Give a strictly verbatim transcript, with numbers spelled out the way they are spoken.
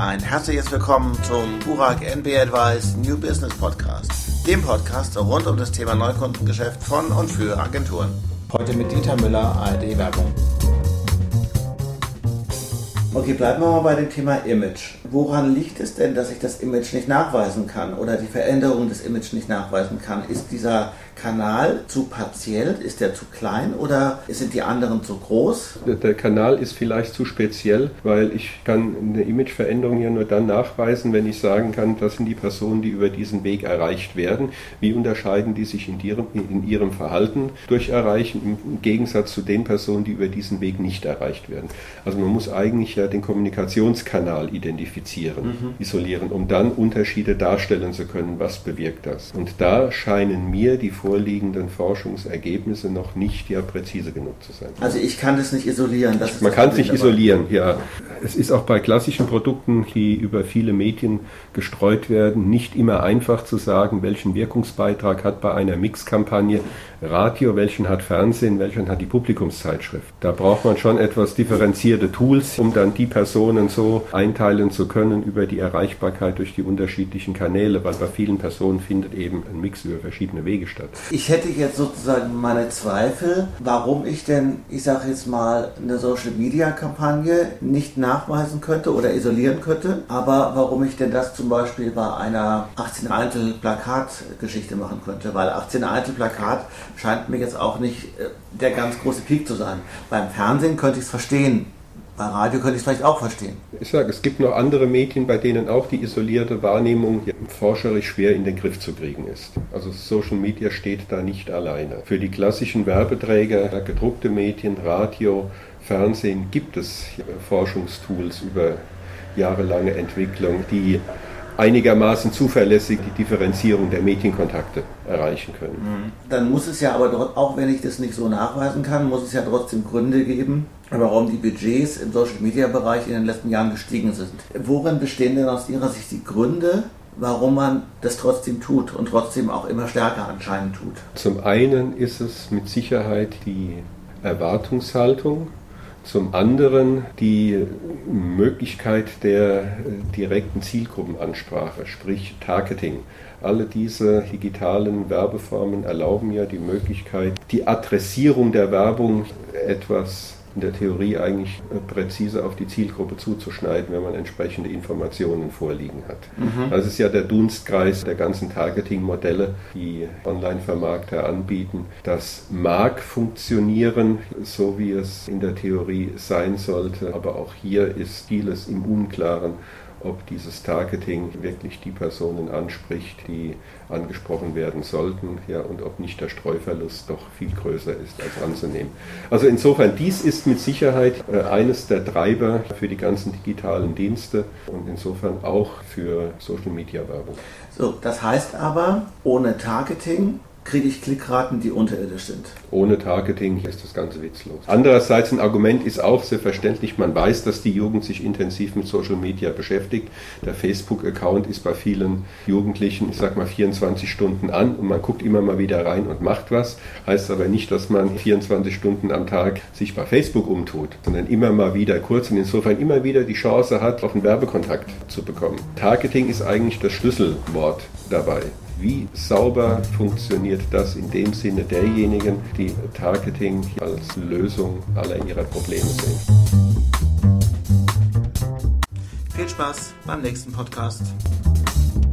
Ein herzliches Willkommen zum Burak N B Advice New Business Podcast, dem Podcast rund um das Thema Neukundengeschäft von und für Agenturen. Heute mit Dieter Müller, A R D Werbung. Okay, bleiben wir mal bei dem Thema Image. Woran liegt es denn, dass ich das Image nicht nachweisen kann oder die Veränderung des Images nicht nachweisen kann? Ist dieser Kanal zu partiell, ist der zu klein oder sind die anderen zu groß? Der Kanal ist vielleicht zu speziell, weil ich kann eine Imageveränderung ja nur dann nachweisen, wenn ich sagen kann, das sind die Personen, die über diesen Weg erreicht werden. Wie unterscheiden die sich in ihrem, in ihrem Verhalten durch Erreichen im Gegensatz zu den Personen, die über diesen Weg nicht erreicht werden? Also man muss eigentlich ja den Kommunikationskanal identifizieren, mhm. isolieren, um dann Unterschiede darstellen zu können, was bewirkt das. Und da scheinen mir die vorliegenden Forschungsergebnisse noch nicht ja präzise genug zu sein. Also ich kann das nicht isolieren. Das Man kann es nicht isolieren, ja. Es ist auch bei klassischen Produkten, die über viele Medien gestreut werden, nicht immer einfach zu sagen, welchen Wirkungsbeitrag hat bei einer Mixkampagne Radio, welchen hat Fernsehen, welchen hat die Publikumszeitschrift. Da braucht man schon etwas differenzierte Tools, um dann die Personen so einteilen zu können über die Erreichbarkeit durch die unterschiedlichen Kanäle, weil bei vielen Personen findet eben ein Mix über verschiedene Wege statt. Ich hätte jetzt sozusagen meine Zweifel, warum ich denn, ich sage jetzt mal, eine Social-Media-Kampagne nicht nachweisen könnte oder isolieren könnte, aber warum ich denn das zum Beispiel bei einer achtzehn Eintel Plakat-Geschichte machen könnte, weil achtzehn Eintel Plakat scheint mir jetzt auch nicht der ganz große Peak zu sein. Beim Fernsehen könnte ich es verstehen. Bei Radio könnte ich es vielleicht auch verstehen. Ich sage, es gibt noch andere Medien, bei denen auch die isolierte Wahrnehmung forscherisch schwer in den Griff zu kriegen ist. Also Social Media steht da nicht alleine. Für die klassischen Werbeträger, gedruckte Medien, Radio, Fernsehen gibt es Forschungstools über jahrelange Entwicklung, die einigermaßen zuverlässig die Differenzierung der Medienkontakte erreichen können. Dann muss es ja aber dort, auch wenn ich das nicht so nachweisen kann, muss es ja trotzdem Gründe geben, warum die Budgets im Social-Media-Bereich in den letzten Jahren gestiegen sind. Worin bestehen denn aus Ihrer Sicht die Gründe, warum man das trotzdem tut und trotzdem auch immer stärker anscheinend tut? Zum einen ist es mit Sicherheit die Erwartungshaltung, zum anderen die Möglichkeit der direkten Zielgruppenansprache, sprich Targeting. Alle diese digitalen Werbeformen erlauben ja die Möglichkeit, die Adressierung der Werbung etwas in der Theorie eigentlich präzise auf die Zielgruppe zuzuschneiden, wenn man entsprechende Informationen vorliegen hat. Mhm. Das ist ja der Dunstkreis der ganzen Targeting-Modelle, die Online-Vermarkter anbieten. Das mag funktionieren, so wie es in der Theorie sein sollte, aber auch hier ist vieles im Unklaren, ob dieses Targeting wirklich die Personen anspricht, die angesprochen werden sollten, ja, und ob nicht der Streuverlust doch viel größer ist als anzunehmen. Also insofern, dies ist mit Sicherheit äh, eines der Treiber für die ganzen digitalen Dienste und insofern auch für Social-Media-Werbung. So, das heißt aber, ohne Targeting kriege ich Klickraten, die unterirdisch sind. Ohne Targeting ist das Ganze witzlos. Andererseits ein Argument ist auch sehr verständlich, man weiß, dass die Jugend sich intensiv mit Social Media beschäftigt. Der Facebook-Account ist bei vielen Jugendlichen, ich sag mal, vierundzwanzig Stunden an und man guckt immer mal wieder rein und macht was. Heißt aber nicht, dass man vierundzwanzig Stunden am Tag sich bei Facebook umtut, sondern immer mal wieder kurz und insofern immer wieder die Chance hat, auf einen Werbekontakt zu bekommen. Targeting ist eigentlich das Schlüsselwort dabei. Wie sauber funktioniert das in dem Sinne derjenigen, die Targeting als Lösung aller ihrer Probleme sehen? Viel Spaß beim nächsten Podcast.